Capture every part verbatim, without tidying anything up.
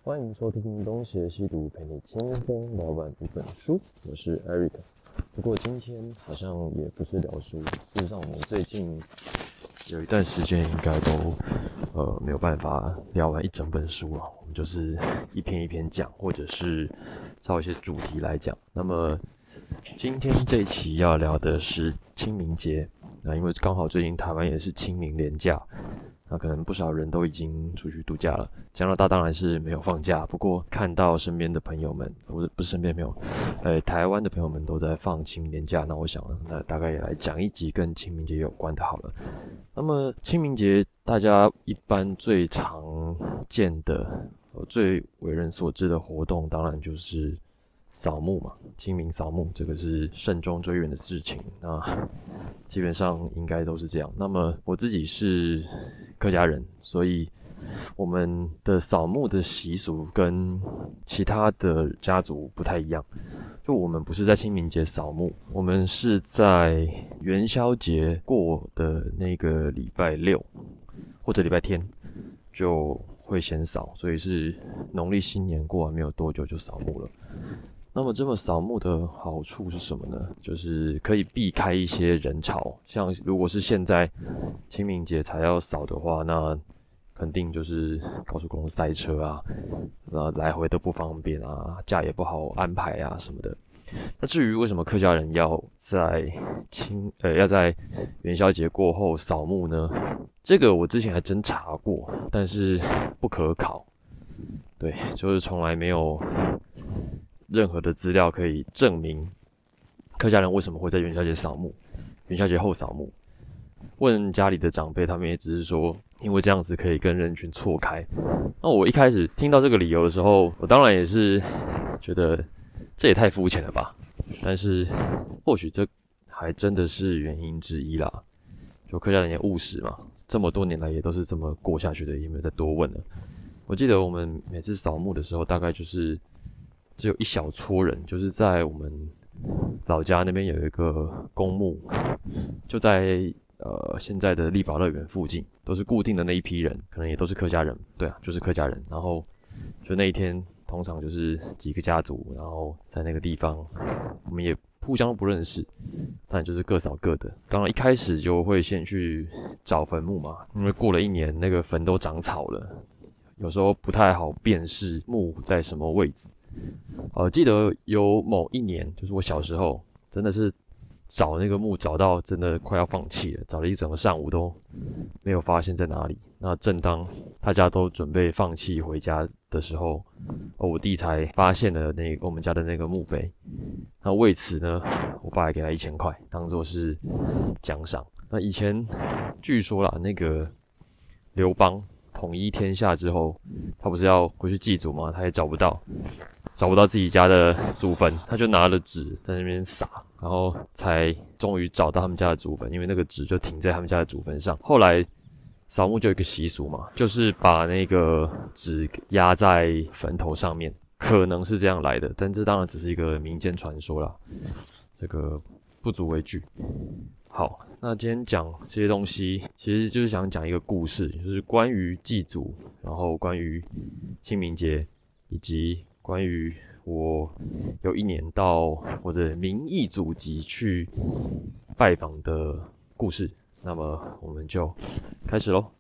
欢迎收听东邪西毒，陪你轻松聊完一本书。我是 Eric。不过今天好像也不是聊书，事实上我们最近有一段时间应该都呃没有办法聊完一整本书了，我们就是一篇一篇讲，或者是照一些主题来讲。那么今天这一期要聊的是清明节，那因为刚好最近台湾也是清明连假。那可能不少人都已经出去度假了，加拿大当然是没有放假，不过看到身边的朋友们，不是不是身边朋友，呃，台湾的朋友们都在放清明连假，那我想，那大概也来讲一集跟清明节有关的好了。那么清明节大家一般最常见的、最为人所知的活动，当然就是扫墓嘛，清明扫墓，这个是慎终追远的事情。那基本上应该都是这样。那么我自己是客家人，所以我们的扫墓的习俗跟其他的家族不太一样。就我们不是在清明节扫墓，我们是在元宵节过的那个礼拜六或者礼拜天就会先扫，所以是农历新年过完没有多久就扫墓了。那么这么扫墓的好处是什么呢？就是可以避开一些人潮，像如果是现在清明节才要扫的话，那肯定就是高速公路塞车啊，那来回都不方便啊，假也不好安排啊什么的。那至于为什么客家人要在清呃要在元宵节过后扫墓呢？这个我之前还真查过，但是不可考。对，就是从来没有任何的资料可以证明客家人为什么会在元宵节扫墓，元宵节后扫墓。问家里的长辈，他们也只是说，因为这样子可以跟人群错开。那我一开始听到这个理由的时候，我当然也是觉得这也太肤浅了吧。但是或许这还真的是原因之一啦。就客家人也务实嘛，这么多年来也都是这么过下去的，也没有再多问了。我记得我们每次扫墓的时候，大概就是只有一小撮人，就是在我们老家那边有一个公墓，就在呃现在的力宝乐园附近，都是固定的那一批人，可能也都是客家人，对啊，就是客家人。然后就那一天，通常就是几个家族，然后在那个地方，我们也互相都不认识，但就是各扫各的。当然一开始就会先去找坟墓嘛，因为过了一年，那个坟都长草了，有时候不太好辨识墓在什么位置。呃，记得有某一年，就是我小时候，真的是找那个墓找到真的快要放弃了，找了一整个上午都没有发现在哪里。那正当大家都准备放弃回家的时候，哦，我弟才发现了那个我们家的那个墓碑。那为此呢，我爸还给他一千块，当做是奖赏。那以前据说啦，那个刘邦统一天下之后，他不是要回去祭祖吗？他也找不到。找不到自己家的祖坟，他就拿了纸在那边撒，然后才终于找到他们家的祖坟，因为那个纸就停在他们家的祖坟上。后来扫墓就有一个习俗嘛，就是把那个纸压在坟头上面，可能是这样来的，但这当然只是一个民间传说啦，这个不足为惧。好，那今天讲这些东西，其实就是想讲一个故事，就是关于祭祖，然后关于清明节，以及关于我有一年到我的名义祖籍去拜访的故事，那么我们就开始咯。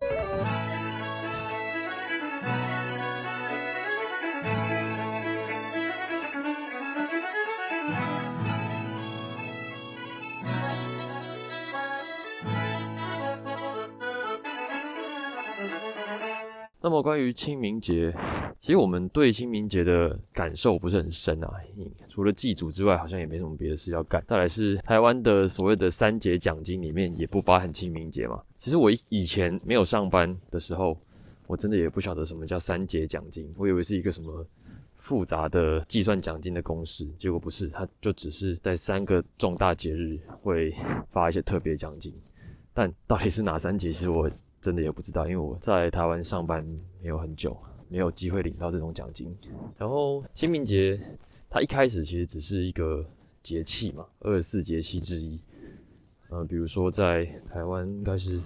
那么关于清明节，其实我们对清明节的感受不是很深啊，除了祭祖之外，好像也没什么别的事要干。再来是台湾的所谓的三节奖金里面也不包含清明节嘛。其实我以前没有上班的时候，我真的也不晓得什么叫三节奖金，我以为是一个什么复杂的计算奖金的公式，结果不是，它就只是在三个重大节日会发一些特别奖金，但到底是哪三节，其实我真的也不知道，因为我在台湾上班没有很久，没有机会领到这种奖金。然后清明节，它一开始其实只是一个节气嘛，二十四节气之一。呃，比如说在台湾应该是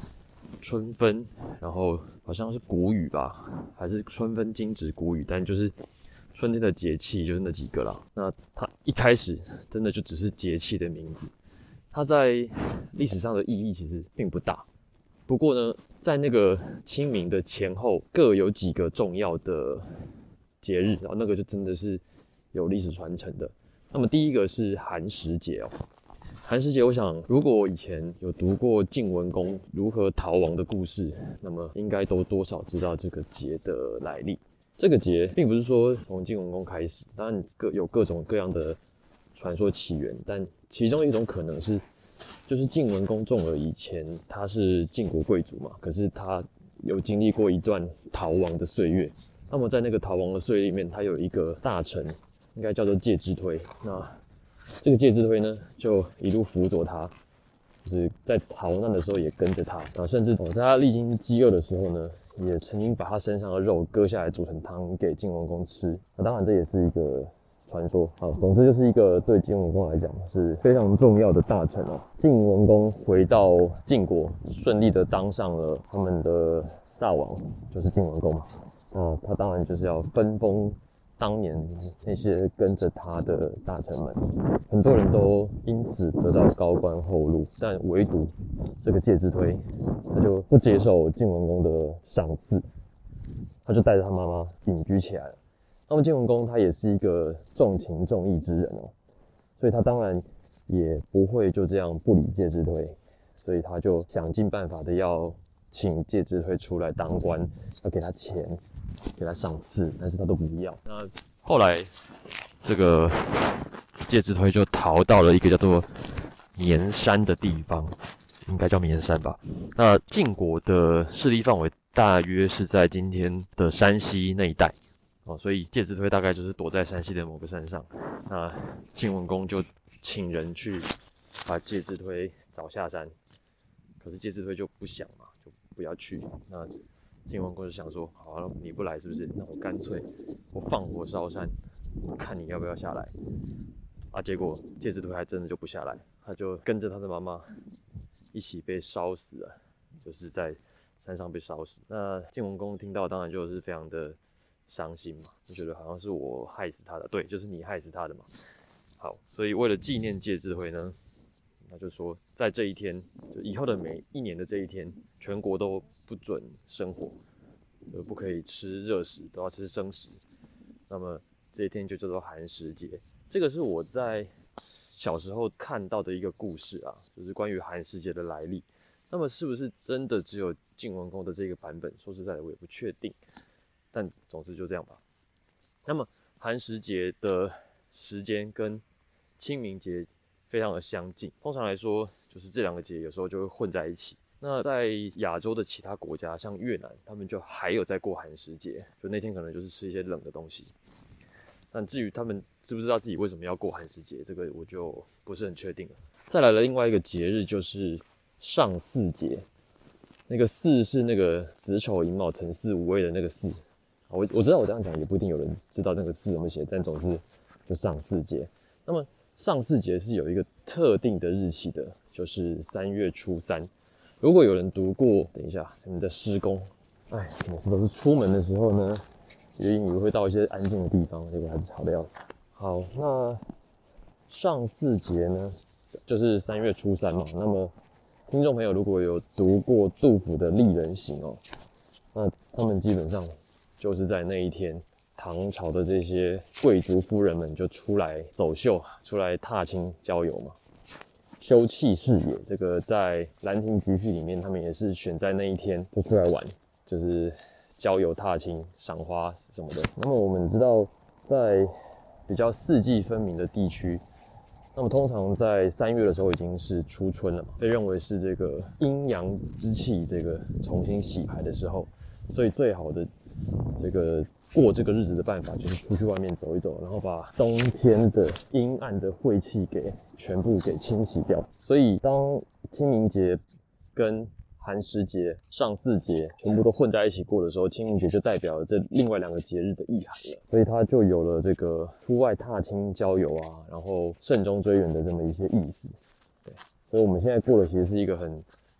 春分，然后好像是谷雨吧，还是春分惊蛰谷雨，但就是春天的节气就是那几个啦。那它一开始真的就只是节气的名字，它在历史上的意义其实并不大。不过呢，在那个清明的前后各有几个重要的节日，然后那个就真的是有历史传承的。那么第一个是寒食节哦。寒食节，我想如果以前有读过晋文公如何逃亡的故事，那么应该都多少知道这个节的来历。这个节并不是说从晋文公开始，当然各有各种各样的传说起源，但其中一种可能是，就是晋文公重耳以前他是晋国贵族嘛，可是他有经历过一段逃亡的岁月。那么在那个逃亡的岁月里面，他有一个大臣，应该叫做介之推。那这个介之推呢，就一路辅佐他，就是在逃难的时候也跟着他，啊，甚至在他历经饥饿的时候呢，也曾经把他身上的肉割下来煮成汤给晋文公吃。那当然这也是一个传说。好，总之就是一个对晋文公来讲是非常重要的大臣哦。晋文公回到晋国，顺利的当上了他们的大王，就是晋文公嘛。那他当然就是要分封当年那些跟着他的大臣们，很多人都因此得到高官厚禄，但唯独这个介之推，他就不接受晋文公的赏赐，他就带着他妈妈隐居起来了。那么晋文公他也是一个重情重义之人哦，所以他当然也不会就这样不理介之推，所以他就想尽办法的要请介之推出来当官，要给他钱，给他赏赐，但是他都不要。那后来这个介之推就逃到了一个叫做绵山的地方，应该叫绵山吧。那晋国的势力范围大约是在今天的山西那一带哦，所以介之推大概就是躲在山西的某个山上。那晋文公就请人去把介之推找下山，可是介之推就不想嘛，就不要去。那晋文公就想说，好啊，你不来是不是？那我干脆我放火烧山，看你要不要下来。啊，结果介之推还真的就不下来，他就跟着他的妈妈一起被烧死了，就是在山上被烧死。那晋文公听到当然就是非常的伤心嘛，就觉得好像是我害死他的，对，就是你害死他的嘛。好，所以为了纪念介之推呢，那就说在这一天，就以后的每一年的这一天，全国都不准生火，就不可以吃热食，都要吃生食。那么这一天就叫做寒食节。这个是我在小时候看到的一个故事啊，就是关于寒食节的来历。那么是不是真的只有晋文公的这个版本？说实在的，我也不确定。但总之就这样吧。那么寒食节的时间跟清明节非常的相近，通常来说，就是这两个节有时候就会混在一起。那在亚洲的其他国家，像越南，他们就还有在过寒食节，就那天可能就是吃一些冷的东西。但至于他们知不知道自己为什么要过寒食节，这个我就不是很确定了。再来了另外一个节日就是上巳节，那个巳是那个子丑寅卯辰巳午未的那个巳。我我知道我这样讲也不一定有人知道那个巳怎么写，但总是就上巳节。那么上巳节是有一个特定的日期的，就是三月初三。如果有人读过，等一下你们的施工，哎，每次都是出门的时候呢，也以为会到一些安静的地方，结果还是吵得要死。好，那上巳节呢，就是三月初三嘛。那么听众朋友如果有读过杜甫的《丽人行》哦，那他们基本上就是在那一天，唐朝的这些贵族夫人们就出来走秀，出来踏青郊游嘛。休憩视野，这个在《兰亭集序》里面，他们也是选在那一天就出来玩，就是郊游、踏青、赏花什么的。那么我们知道，在比较四季分明的地区，那么通常在三月的时候已经是初春了嘛，被认为是这个阴阳之气这个重新洗牌的时候，所以最好的这个过这个日子的办法就是出去外面走一走，然后把冬天的阴暗的晦气给全部给清洗掉。所以当清明节跟寒食节、上巳节全部都混在一起过的时候，清明节就代表了这另外两个节日的意涵了，所以它就有了这个出外踏青郊游啊，然后慎终追远的这么一些意思。对，所以我们现在过的其实是一个很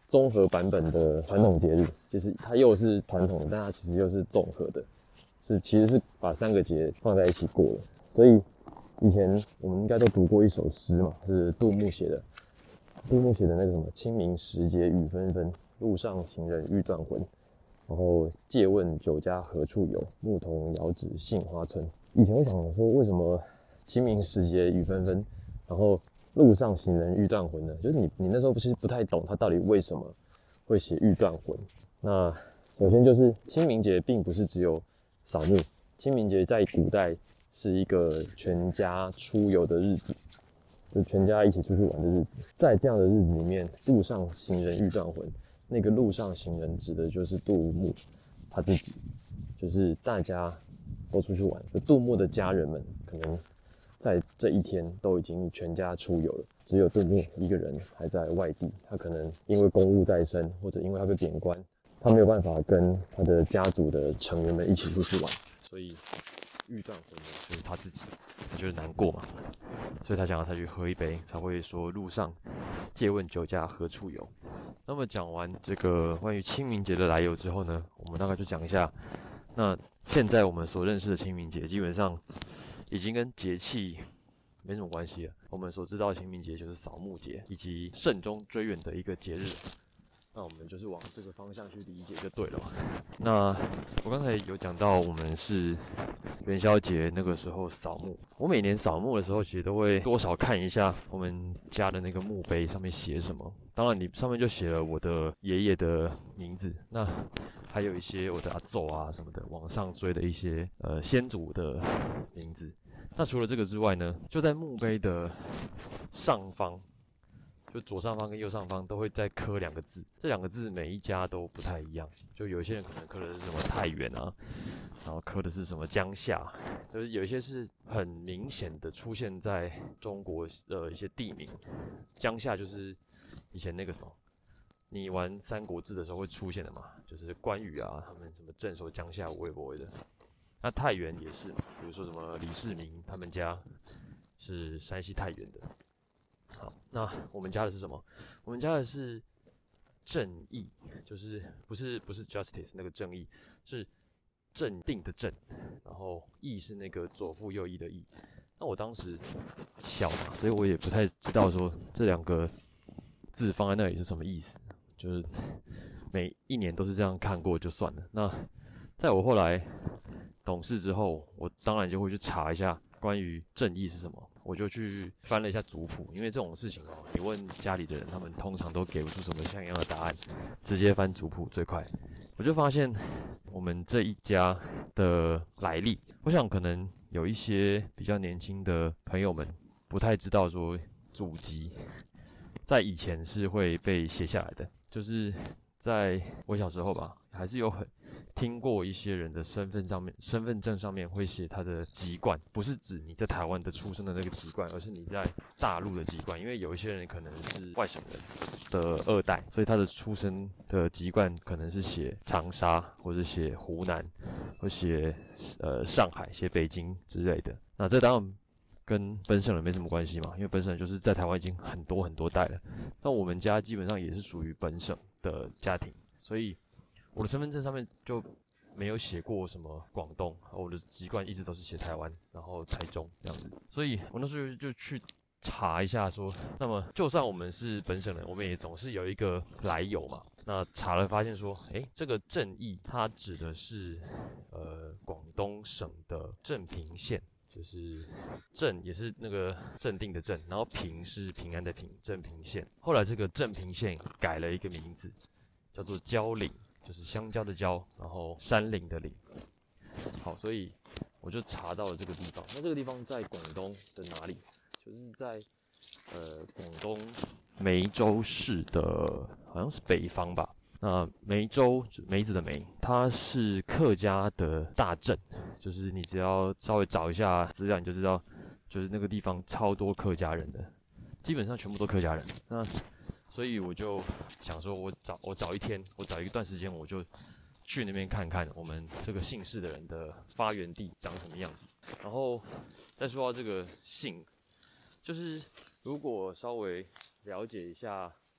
综合版本的传统节日，其实它又是传统的，但它其实又是综合的，是其实是把三个节放在一起过的。所以以前我们应该都读过一首诗嘛，是杜牧写的。杜牧写的那个什么“清明时节雨纷纷，路上行人欲断魂”，然后借问酒家何处有，牧童遥指杏花村。以前我想说，为什么清明时节雨纷纷，然后路上行人欲断魂呢？就是你你那时候不是不太懂他到底为什么会写欲断魂。那首先就是清明节并不是只有扫墓，清明节在古代是一个全家出游的日子。就全家一起出去玩的日子，在这样的日子里面，路上行人欲断魂。那个路上行人指的就是杜牧他自己，就是大家都出去玩，就杜牧的家人们可能在这一天都已经全家出游了，只有杜牧一个人还在外地。他可能因为公务在身，或者因为他被贬官，他没有办法跟他的家族的成员们一起出去玩，所以欲断魂呢，就是他自己，他就是难过嘛，所以他想要再去喝一杯，才会说路上借问酒家何处有。那么讲完这个关于清明节的来由之后呢，我们大概就讲一下，那现在我们所认识的清明节，基本上已经跟节气没什么关系了。我们所知道的清明节就是扫墓节，以及慎终追远的一个节日。那我们就是往这个方向去理解就对了嘛。那我刚才有讲到，我们是元宵节那个时候扫墓。我每年扫墓的时候，其实都会多少看一下我们家的那个墓碑上面写什么。当然，你上面就写了我的爷爷的名字，那还有一些我的阿祖啊什么的，往上追的一些呃先祖的名字。那除了这个之外呢，就在墓碑的上方。就左上方跟右上方都会再刻两个字，这两个字每一家都不太一样。就有些人可能刻的是什么太原啊，然后刻的是什么江夏，就是有一些是很明显的出现在中国的一些地名。江夏就是以前那个什么，你玩三国志的时候会出现的嘛，就是关羽啊，他们什么镇守江夏，无为不为的。那太原也是，比如说什么李世民他们家是山西太原的。好，那我们家的是什么？我们家的是正义，就是不是不是 justice 那个正义，是镇定的镇，然后义是那个左腹右翼的义。那我当时小嘛，所以我也不太知道说这两个字放在那里是什么意思，就是每一年都是这样看过就算了。那在我后来懂事之后，我当然就会去查一下关于正义是什么。我就去翻了一下族谱，因为这种事情哦，你问家里的人，他们通常都给不出什么像样的答案，直接翻族谱最快。我就发现我们这一家的来历，我想可能有一些比较年轻的朋友们不太知道说祖籍在以前是会被写下来的，就是在我小时候吧，还是有很听过一些人的身份上面，身份证上面会写他的籍贯，不是指你在台湾的出生的那个籍贯，而是你在大陆的籍贯。因为有一些人可能是外省人的二代，所以他的出生的籍贯可能是写长沙，或者写湖南，或写呃上海、写北京之类的。那这当然跟本省人没什么关系嘛，因为本省人就是在台湾已经很多很多代了。那我们家基本上也是属于本省的家庭，所以我的身份证上面就没有写过什么广东，我的籍贯一直都是写台湾，然后台中这样子。所以我那时候就去查一下说，那么就算我们是本省人，我们也总是有一个来由嘛。那查了发现说，诶，这个正义它指的是呃广东省的镇平县。就是镇也是那个镇定的镇，然后平是平安的平，镇平县。后来这个镇平县改了一个名字，叫做蕉岭，就是香蕉的蕉，然后山岭的岭。好，所以我就查到了这个地方。那这个地方在广东的哪里？就是在呃广东梅州市的，好像是北方吧。那梅州梅子的梅，它是客家的大镇，就是你只要稍微找一下资料，你就知道，就是那个地方超多客家人的，基本上全部都客家人。那所以我就想说，我找我找一天，我找一段时间，我就去那边看看我们这个姓氏的人的发源地长什么样子。然后再说到这个姓，就是如果稍微了解一下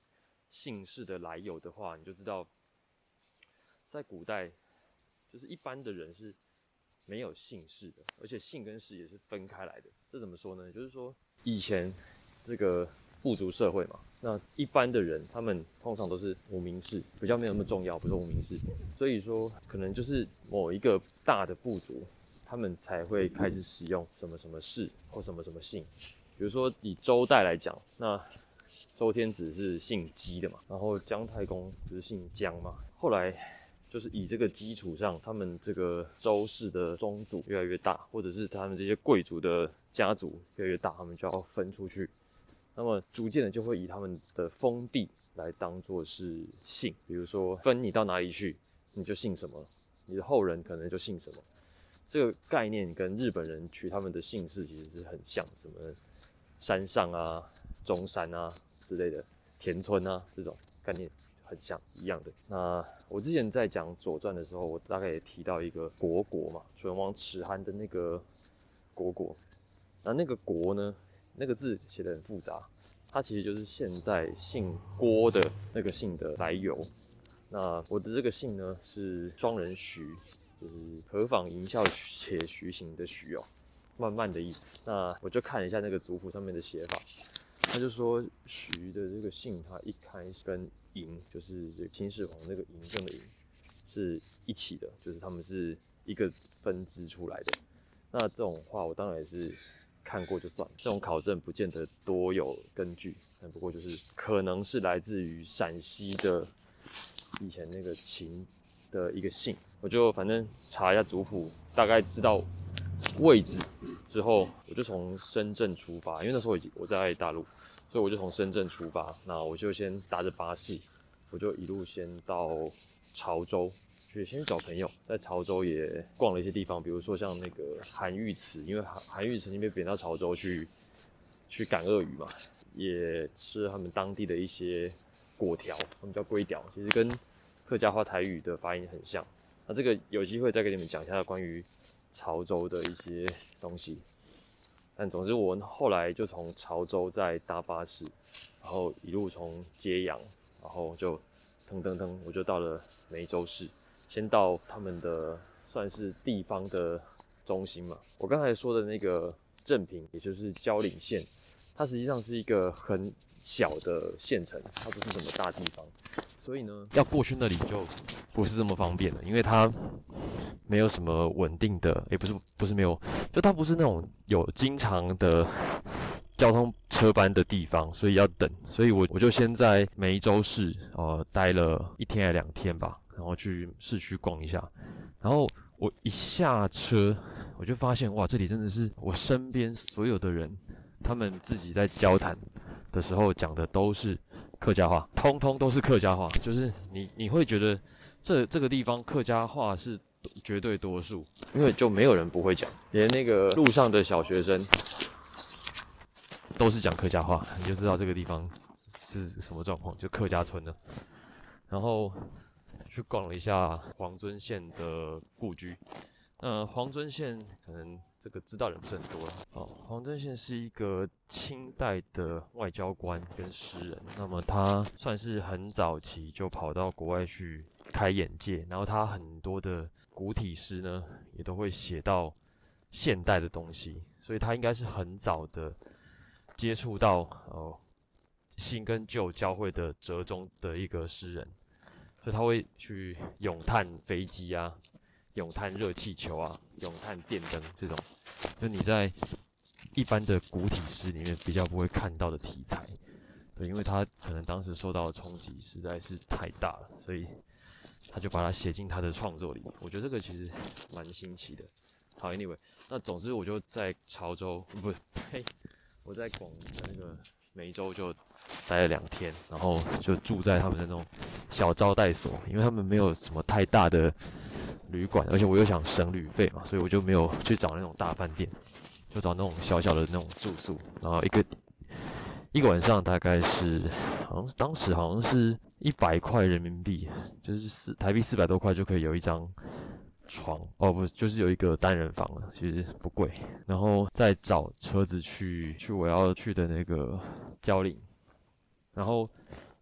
姓氏的来由的话，你就知道，在古代，就是一般的人是没有姓氏的，而且姓跟氏也是分开来的。这怎么说呢？就是说以前这个部族社会嘛，那一般的人他们通常都是无名氏，比较没有那么重要，不是无名氏。所以说，可能就是某一个大的部族，他们才会开始使用什么什么氏或什么什么姓。比如说以周代来讲，那周天子是姓姬的嘛，然后姜太公就是姓姜嘛。后来就是以这个基础上，他们这个周氏的宗族越来越大，或者是他们这些贵族的家族越来越大，他们就要分出去。那么逐渐的就会以他们的封地来当作是姓，比如说分你到哪里去，你就姓什么，你的后人可能就姓什么。这个概念跟日本人取他们的姓氏其实是很像，什么山上啊、中山啊之类的，田村啊这种概念很像一样的。那我之前在讲《左传》的时候，我大概也提到一个国国嘛，唇亡齿寒的那个国国。那那个国呢，那个字写得很复杂，它其实就是现在姓郭的那个姓的来由。那我的这个姓呢是双人徐，就是何妨吟啸且徐行的徐哦，慢慢的意思。那我就看了一下那个族谱上面的写法，他就说徐的这个姓，它一开始跟嬴，就是这个秦始皇那个嬴政的嬴是一起的，就是他们是一个分支出来的。那这种话我当然也是看过就算了，这种考证不见得多有根据，但不过就是可能是来自于陕西的以前那个秦的一个姓，我就反正查一下族谱，大概知道位置之后，我就从深圳出发，因为那时候我在大陆，所以我就从深圳出发，那我就先搭着巴士，我就一路先到潮州。去先去找朋友，在潮州也逛了一些地方，比如说像那个韩愈祠，因为韩韩愈曾经被贬到潮州去去赶鳄鱼嘛，也吃了他们当地的一些粿条，他们叫龟条，其实跟客家话台语的发音很像。那这个有机会再给你们讲一下关于潮州的一些东西。但总之，我后来就从潮州再搭巴士，然后一路从揭阳，然后就腾腾腾，我就到了梅州市。先到他们的算是地方的中心嘛。我刚才说的那个镇平，也就是蕉岭县，它实际上是一个很小的县城，它不是什么大地方，所以呢，要过去那里就不是这么方便了，因为它没有什么稳定的，也不是不是没有，就它不是那种有经常的交通车班的地方，所以要等，所以我我就先在梅州市呃待了一天还两天吧。然后去市区逛一下，然后我一下车，我就发现哇，这里真的是我身边所有的人，他们自己在交谈的时候讲的都是客家话，通通都是客家话，就是你你会觉得这这个地方客家话是绝对多数，因为就没有人不会讲，连那个路上的小学生都是讲客家话，你就知道这个地方是什么状况，就客家村了。然后去逛了一下黄遵宪的故居。呃，黄遵宪可能这个知道人不是很多了。哦，黄遵宪是一个清代的外交官跟诗人，那么他算是很早期就跑到国外去开眼界，然后他很多的古体诗呢，也都会写到现代的东西，所以他应该是很早的接触到呃新跟旧交汇的折中的一个诗人。所以他会去咏叹飞机啊，咏叹热气球啊，咏叹电灯这种，就你在一般的古体诗里面比较不会看到的题材。对，因为他可能当时受到的冲击实在是太大了，所以他就把它写进他的创作里。我觉得这个其实蛮新奇的。好 ，anyway， 那总之我就在潮州，不，呸，我在广那个梅州就待了两天，然后就住在他们的那种小招待所，因为他们没有什么太大的旅馆，而且我又想省旅费嘛，所以我就没有去找那种大饭店，就找那种小小的那种住宿，然后一个一个晚上大概是好像当时好像是一百块人民币，就是四台币四百多块就可以有一张床哦，不就是有一个单人房了，其实不贵。然后再找车子去去我要去的那个蕉岭，然后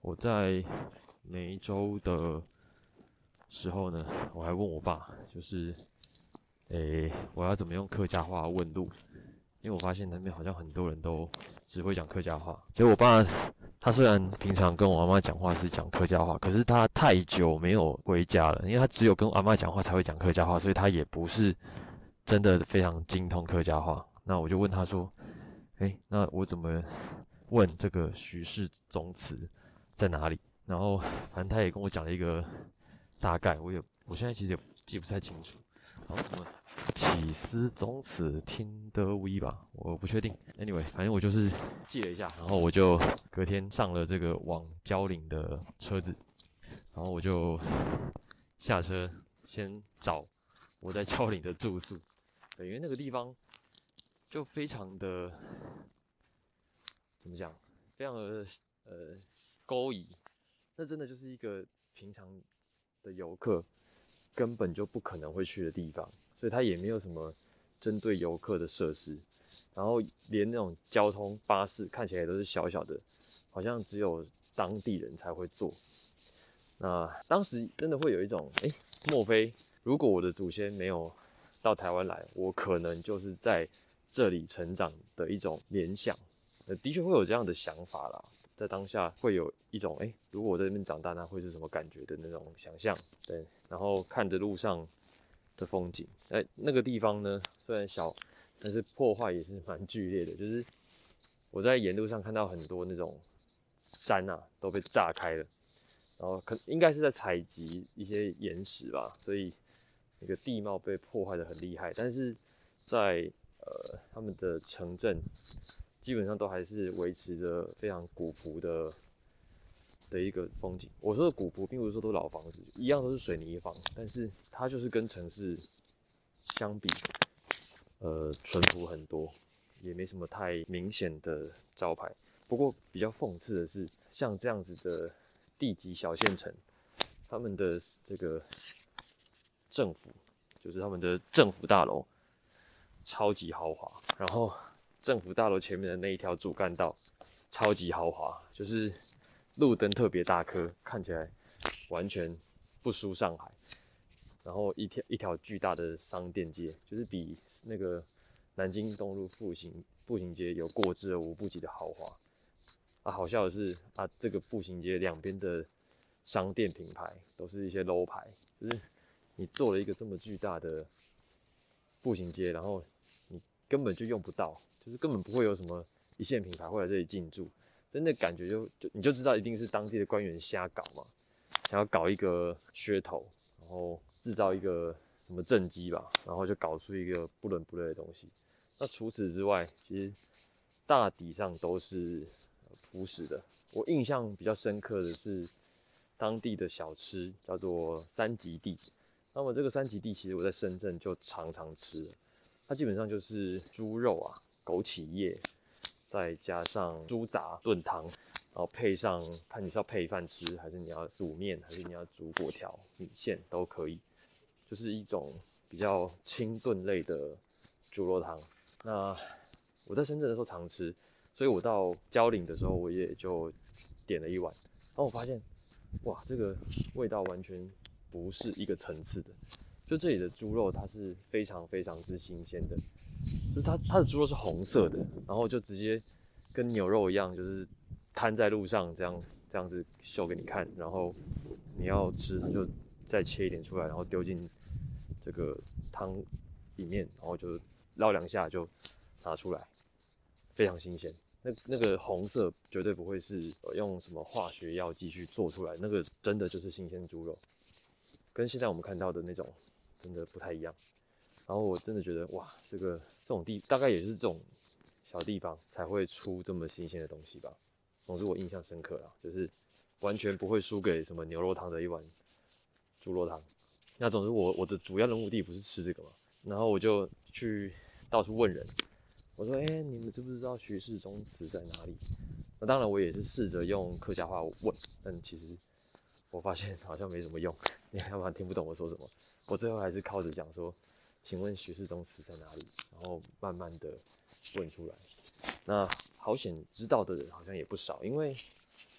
我在每一周的时候呢，我还问我爸，就是，诶、欸，我要怎么用客家话问路？因为我发现那边好像很多人都只会讲客家话。所以我爸他虽然平常跟我阿嬷讲话是讲客家话，可是他太久没有回家了，因为他只有跟阿嬷讲话才会讲客家话，所以他也不是真的非常精通客家话。那我就问他说：“诶，那我怎么问这个许氏宗祠在哪里？”然后反正他也跟我讲了一个大概，我也我现在其实也记不太清楚，好像什么起司宗祠听得威吧，我不确定。Anyway， 反正我就是记了一下，然后我就隔天上了这个往蕉岭的车子，然后我就下车先找我在蕉岭的住宿，对，因为那个地方就非常的怎么讲，非常的呃勾引，那真的就是一个平常的游客根本就不可能会去的地方，所以它也没有什么针对游客的设施，然后连那种交通巴士看起来都是小小的，好像只有当地人才会坐。那当时真的会有一种，哎、欸，莫非如果我的祖先没有到台湾来，我可能就是在这里成长的一种联想，呃，的确会有这样的想法啦。在当下会有一种，哎、欸，如果我在这边长大，那会是什么感觉的那种想象，对。然后看着路上的风景，哎、欸，那个地方呢，虽然小，但是破坏也是蛮剧烈的。就是我在沿路上看到很多那种山啊，都被炸开了，然后可应该是在采集一些岩石吧，所以那个地貌被破坏的很厉害。但是在呃他们的城镇，基本上都还是维持着非常古朴的的一个风景。我说的古朴，并不是说都老房子，一样都是水泥房，但是它就是跟城市相比，呃，淳朴很多，也没什么太明显的招牌。不过比较讽刺的是，像这样子的地级小县城，他们的这个政府，就是他们的政府大楼，超级豪华，然后政府大楼前面的那一条主干道超级豪华，就是路灯特别大颗，看起来完全不输上海。然后一条一条巨大的商店街，就是比那个南京东路步行步行街有过之而无不及的豪华。啊，好笑的是啊，这个步行街两边的商店品牌都是一些 low 牌，就是你做了一个这么巨大的步行街，然后你根本就用不到，就是根本不会有什么一线品牌会来这里进驻，所以那感觉就就你就知道一定是当地的官员瞎搞嘛，想要搞一个噱头，然后制造一个什么政绩吧，然后就搞出一个不伦不类的东西。那除此之外，其实大体上都是朴实的。我印象比较深刻的是当地的小吃，叫做三极地。那么这个三极地，其实我在深圳就常常吃了。它基本上就是猪肉啊、枸杞叶，再加上猪杂炖汤，然后配上看你是要配饭吃，还是你要煮面，还是你要煮粿条、米线都可以，就是一种比较清炖类的猪肉汤。那我在深圳的时候常吃，所以我到蕉岭的时候，我也就点了一碗，然后我发现，哇，这个味道完全不是一个层次的。就这里的猪肉，它是非常非常之新鲜的，就是它它的猪肉是红色的，然后就直接跟牛肉一样，就是摊在路上这样这样子秀给你看，然后你要吃，它就再切一点出来，然后丢进这个汤里面，然后就捞两下就拿出来，非常新鲜。那那个红色绝对不会是用什么化学药剂去做出来，那个真的就是新鲜猪肉，跟现在我们看到的那种真的不太一样。然后我真的觉得，哇，这个这种地大概也是这种小地方才会出这么新鲜的东西吧。总之我印象深刻啦，就是完全不会输给什么牛肉汤的一碗猪肉汤。那总之我我的主要的目的不是吃这个嘛，然后我就去到处问人。我说：“哎、欸，你们知不知道徐氏宗祠在哪里？”那当然，我也是试着用客家话问，但其实我发现好像没什么用，你要不然听不懂我说什么。我最后还是靠着讲说：“请问徐氏宗祠在哪里？”然后慢慢的问出来。那好险知道的人好像也不少，因为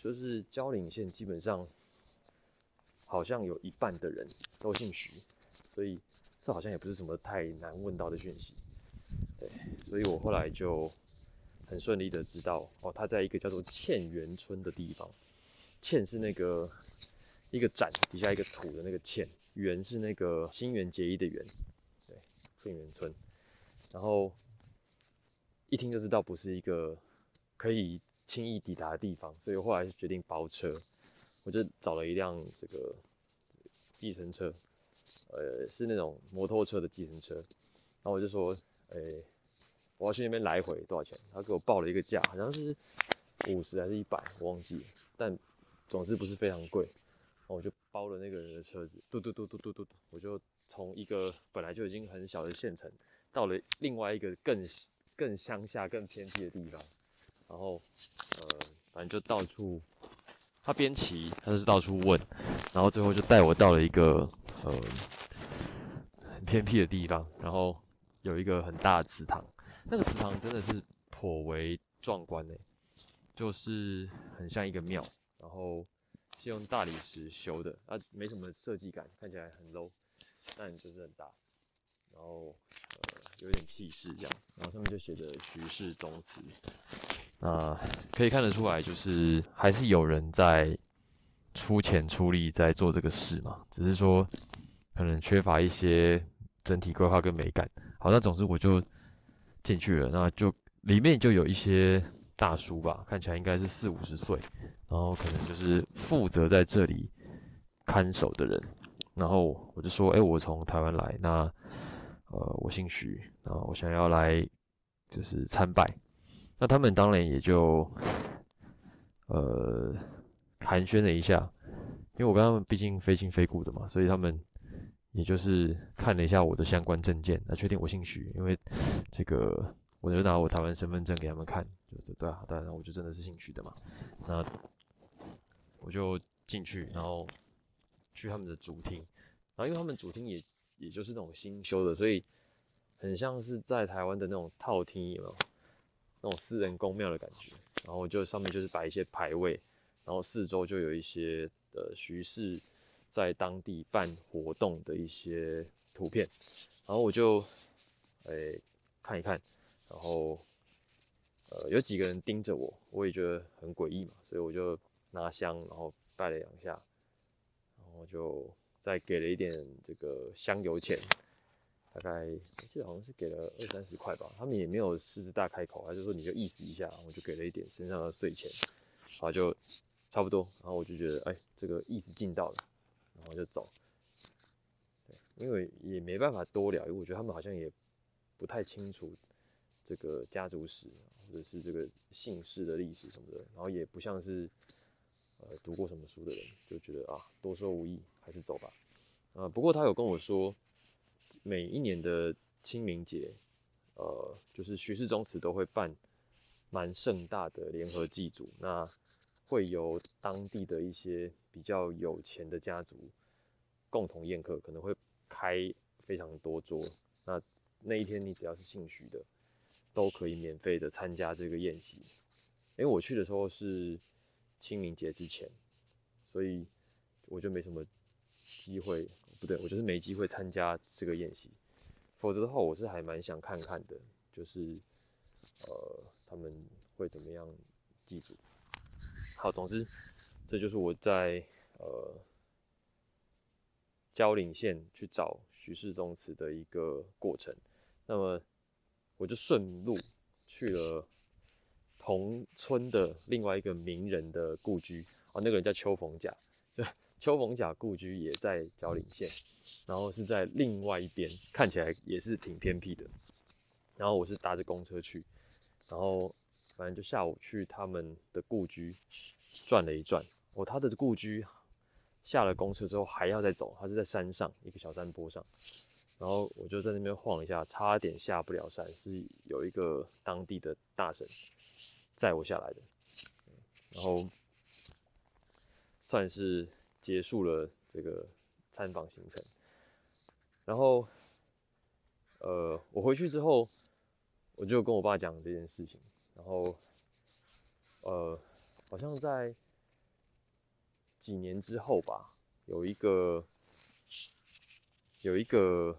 就是蕉岭县基本上好像有一半的人都姓徐，所以这好像也不是什么太难问到的讯息。对，所以我后来就很顺利的知道，哦，他在一个叫做堑园村的地方。堑是那个一个展底下一个土的那个堑，园是那个新垣结衣的园，对，堑园村。然后一听就知道不是一个可以轻易抵达的地方，所以我后来决定包车，我就找了一辆这个计程车，呃，是那种摩托车的计程车。然后我就说，诶、欸，我要去那边来回多少钱？他给我报了一个价，好像是五十还是一百，我忘记了，但总之不是非常贵。然后我就包了那个人的车子，嘟嘟嘟嘟嘟嘟，我就从一个本来就已经很小的县城，到了另外一个更更乡下、更偏僻的地方。然后，呃，反正就到处，他边骑，他就是到处问，然后最后就带我到了一个呃很偏僻的地方，然后有一个很大的祠堂，那个祠堂真的是颇为壮观诶，就是很像一个庙，然后是用大理石修的，啊，没什么设计感，看起来很 low， 但就是很大，然后呃有点气势这样，然后上面就写着徐氏宗祠。那可以看得出来，就是还是有人在出钱出力在做这个事嘛，只是说可能缺乏一些整体规划跟美感。好，那总之我就进去了，那就里面就有一些大叔吧，看起来应该是四五十岁，然后可能就是负责在这里看守的人。然后我就说，哎、欸，我从台湾来，那呃我姓徐，然后我想要来就是参拜。那他们当然也就呃寒暄了一下，因为我跟他们毕竟非亲非故的嘛，所以他们也就是看了一下我的相关证件，那确定我姓徐，因为这个我就拿我台湾身份证给他们看，就对啊，当然我就真的是姓徐的嘛。那我就进去，然后去他们的主厅，然后因为他们主厅也也就是那种新修的，所以很像是在台湾的那种套厅，有没有？那种私人宫庙的感觉，然后就上面就是摆一些牌位，然后四周就有一些呃徐氏在当地办活动的一些图片，然后我就诶、欸、看一看，然后呃有几个人盯着我，我也觉得很诡异嘛，所以我就拿香，然后拜了两下，然后就再给了一点这个香油钱。大概我记得好像是给了二三十块吧，他们也没有狮子大开口，他就说你就意思一下，我就给了一点身上的碎钱，然后就差不多，然后我就觉得哎，这个意思尽到了，然后就走。对，因为也没办法多聊，因为我觉得他们好像也不太清楚这个家族史或者是这个姓氏的历史什么的，然后也不像是呃读过什么书的人，就觉得啊多说无益，还是走吧。呃，不过他有跟我说。每一年的清明节，呃，就是徐氏宗祠都会办蛮盛大的联合祭祖，那会由当地的一些比较有钱的家族共同宴客，可能会开非常多桌。那那一天你只要是姓徐的，都可以免费的参加这个宴席。因为我去的时候是清明节之前，所以我就没什么机会。不对，我就是没机会参加这个宴席，否则的话，我是还蛮想看看的，就是呃他们会怎么样祭祖。好，总之这就是我在呃蕉岭县去找徐氏宗祠的一个过程。那么我就顺路去了同村的另外一个名人的故居，哦，那个人叫邱逢甲，就。邱逢甲故居也在蕉岭县，然后是在另外一边，看起来也是挺偏僻的。然后我是搭着公车去，然后反正就下午去他们的故居转了一转。哦，他的故居下了公车之后还要再走，他是在山上一个小山坡上。然后我就在那边晃一下，差点下不了山，是有一个当地的大神载我下来的，然后算是。结束了这个参访行程，然后，呃，我回去之后，我就跟我爸讲这件事情，然后，呃，好像在几年之后吧，有一个有一个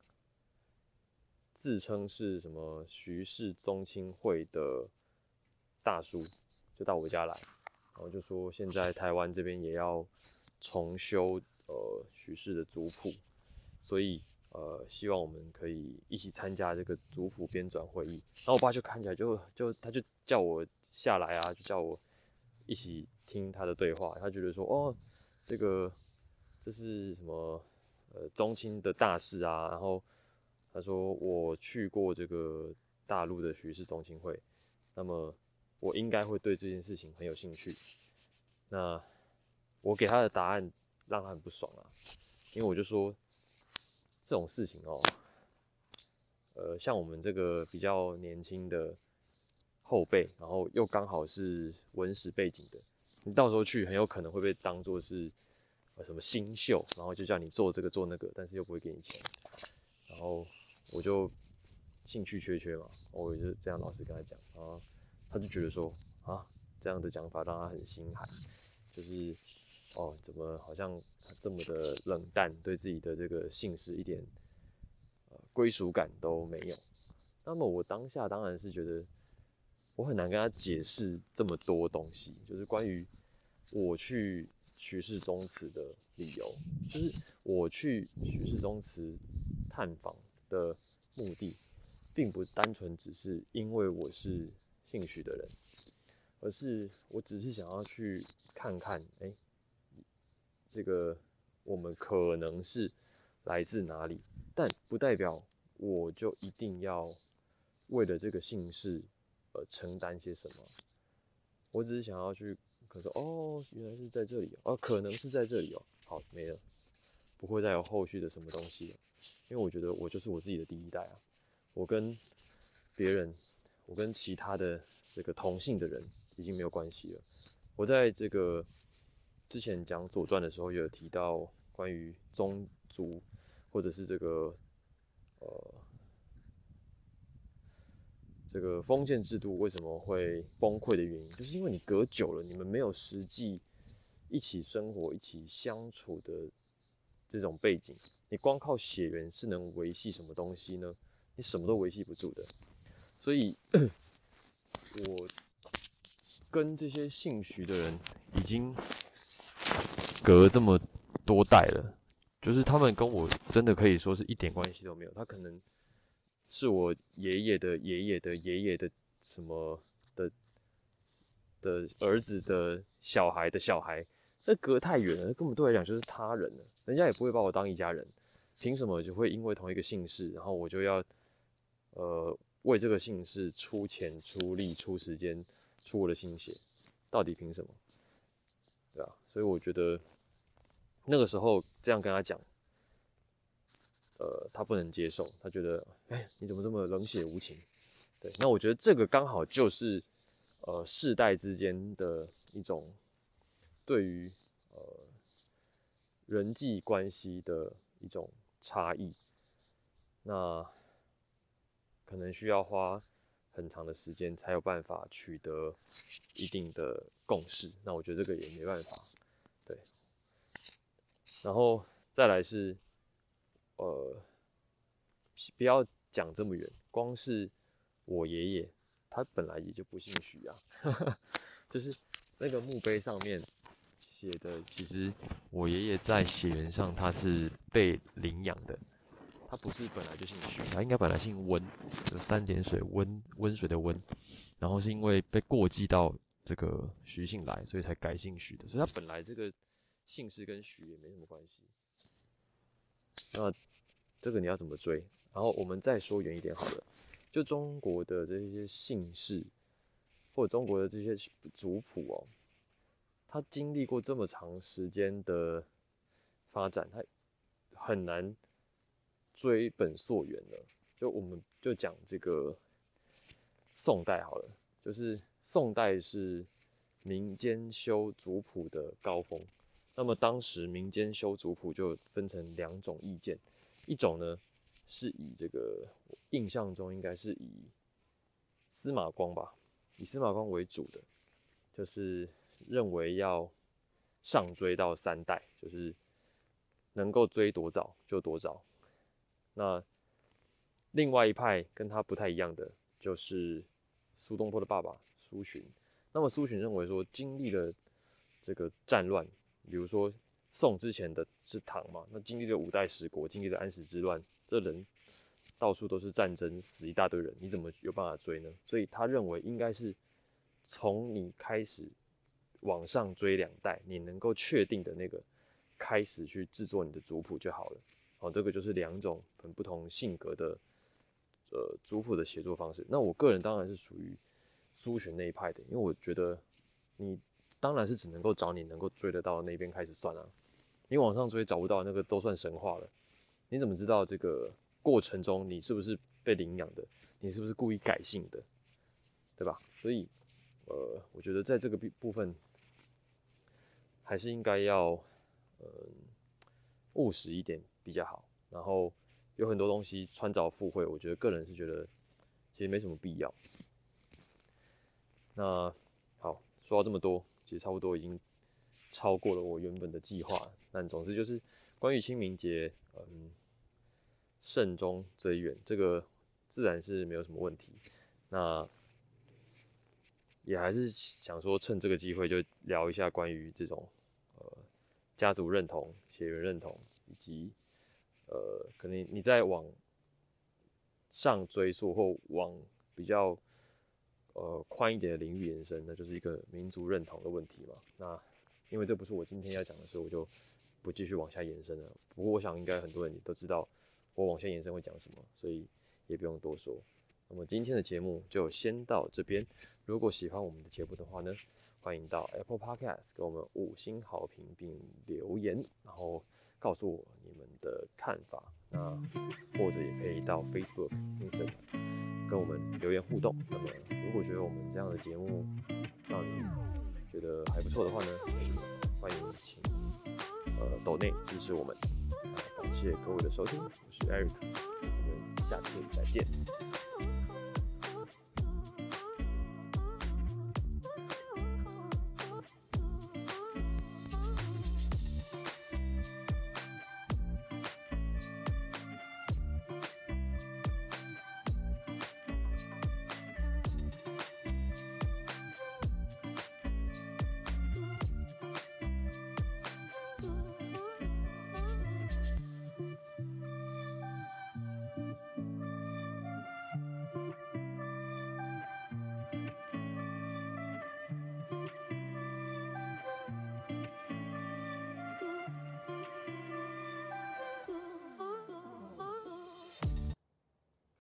自称是什么徐氏宗亲会的大叔，就到我家来，然后就说现在台湾这边也要重修呃徐氏的族谱，所以呃希望我们可以一起参加这个族谱编纂会议。然后我爸就看起来就就他就叫我下来啊，就叫我一起听他的对话。他觉得说哦，这个这是什么呃宗亲的大事啊，然后他说我去过这个大陆的徐氏宗亲会，那么我应该会对这件事情很有兴趣。那我给他的答案让他很不爽啊，因为我就说这种事情哦，呃，像我们这个比较年轻的后辈，然后又刚好是文史背景的，你到时候去很有可能会被当作是呃什么新秀，然后就叫你做这个做那个，但是又不会给你钱，然后我就兴趣缺缺嘛，我就这样老实跟他讲啊，他就觉得说啊这样的讲法让他很心寒，就是哦怎么好像这么的冷淡，对自己的这个姓氏一点呃归属感都没有。那么我当下当然是觉得我很难跟他解释这么多东西，就是关于我去徐氏宗祠的理由，就是我去徐氏宗祠探访的目的，并不单纯只是因为我是姓许的人，而是我只是想要去看看，哎、欸，这个我们可能是来自哪里，但不代表我就一定要为了这个姓氏呃承担些什么。我只是想要去，可能说哦，原来是在这里哦，可能是在这里哦，好没了，不会再有后续的什么东西了，因为我觉得我就是我自己的第一代啊，我跟别人，我跟其他的这个同姓的人已经没有关系了。我在这个之前讲《左传》的时候，也有提到关于宗族或者是这个呃这个封建制度为什么会崩溃的原因，就是因为你隔久了，你们没有实际一起生活、一起相处的这种背景，你光靠血缘是能维系什么东西呢？你什么都维系不住的。所以，我跟这些姓徐的人已经隔这么多代了，就是他们跟我真的可以说是一点关系都没有。他可能是我爷爷的爷爷的爷爷的什么的的儿子的小孩的小孩，这隔太远了，根本对我来讲就是他人了，人家也不会把我当一家人，凭什么就会因为同一个姓氏，然后我就要呃为这个姓氏出钱出力出时间出我的心血，到底凭什么？对啊，所以我觉得那个时候这样跟他讲，呃，他不能接受，他觉得，哎、欸，你怎么这么冷血无情？对，那我觉得这个刚好就是，呃，世代之间的一种对于呃人际关系的一种差异，那可能需要花很长的时间才有办法取得一定的共识。那我觉得这个也没办法，对。然后再来是，呃，不要讲这么远，光是我爷爷，他本来也就不姓许啊，就是那个墓碑上面写的，其实我爷爷在血缘上他是被领养的，他不是本来就姓许，他应该本来姓温，就三点水温温水的温，然后是因为被过继到这个徐姓来，所以才改姓许的，所以他本来这个姓氏跟许也没什么关系。那这个你要怎么追？然后我们再说远一点好了，就中国的这些姓氏，或者中国的这些族谱哦，它经历过这么长时间的发展，它很难追本溯源了。就我们就讲这个宋代好了，就是宋代是民间修族谱的高峰。那么当时民间修族谱就分成两种意见，一种呢是以这个我印象中应该是以司马光吧，以司马光为主的，就是认为要上追到三代，就是能够追多早就多早。那另外一派跟他不太一样的，就是苏东坡的爸爸苏洵。那么苏洵认为说，经历了这个战乱，比如说宋之前的是唐嘛，那经历了五代十国，经历了安史之乱，这人到处都是战争，死一大堆人，你怎么有办法追呢？所以他认为应该是从你开始往上追两代，你能够确定的那个开始去制作你的族谱就好了。哦，这个就是两种很不同性格的呃族谱的写作方式。那我个人当然是属于苏洵那一派的，因为我觉得你当然是只能够找你能够追得到的那边开始算啊，你往上追找不到那个都算神话了。你怎么知道这个过程中你是不是被领养的？你是不是故意改姓的？对吧？所以呃，我觉得在这个部分还是应该要呃务实一点比较好。然后有很多东西穿凿附会，我觉得个人是觉得其实没什么必要。那好，说到这么多，其实差不多已经超过了我原本的计划。但总之就是关于清明节，嗯，慎终追远，这个自然是没有什么问题。那也还是想说，趁这个机会就聊一下关于这种呃家族认同、血缘认同，以及呃可能你在往上追溯或往比较呃宽一点的领域延伸，那就是一个民族认同的问题嘛。那因为这不是我今天要讲的，所以我就不继续往下延伸了。不过我想应该很多人也都知道我往下延伸会讲什么，所以也不用多说。那么今天的节目就先到这边。如果喜欢我们的节目的话呢，欢迎到 Apple Podcast 给我们五星好评并留言，然后告诉我你们的看法。那或者也可以到 Facebook、Instagram 跟我们留言互动。那么如果觉得我们这样的节目让你觉得还不错的话呢，欢迎请呃抖内支持我们。感谢各位的收听，我是 Eric，我们下次再见。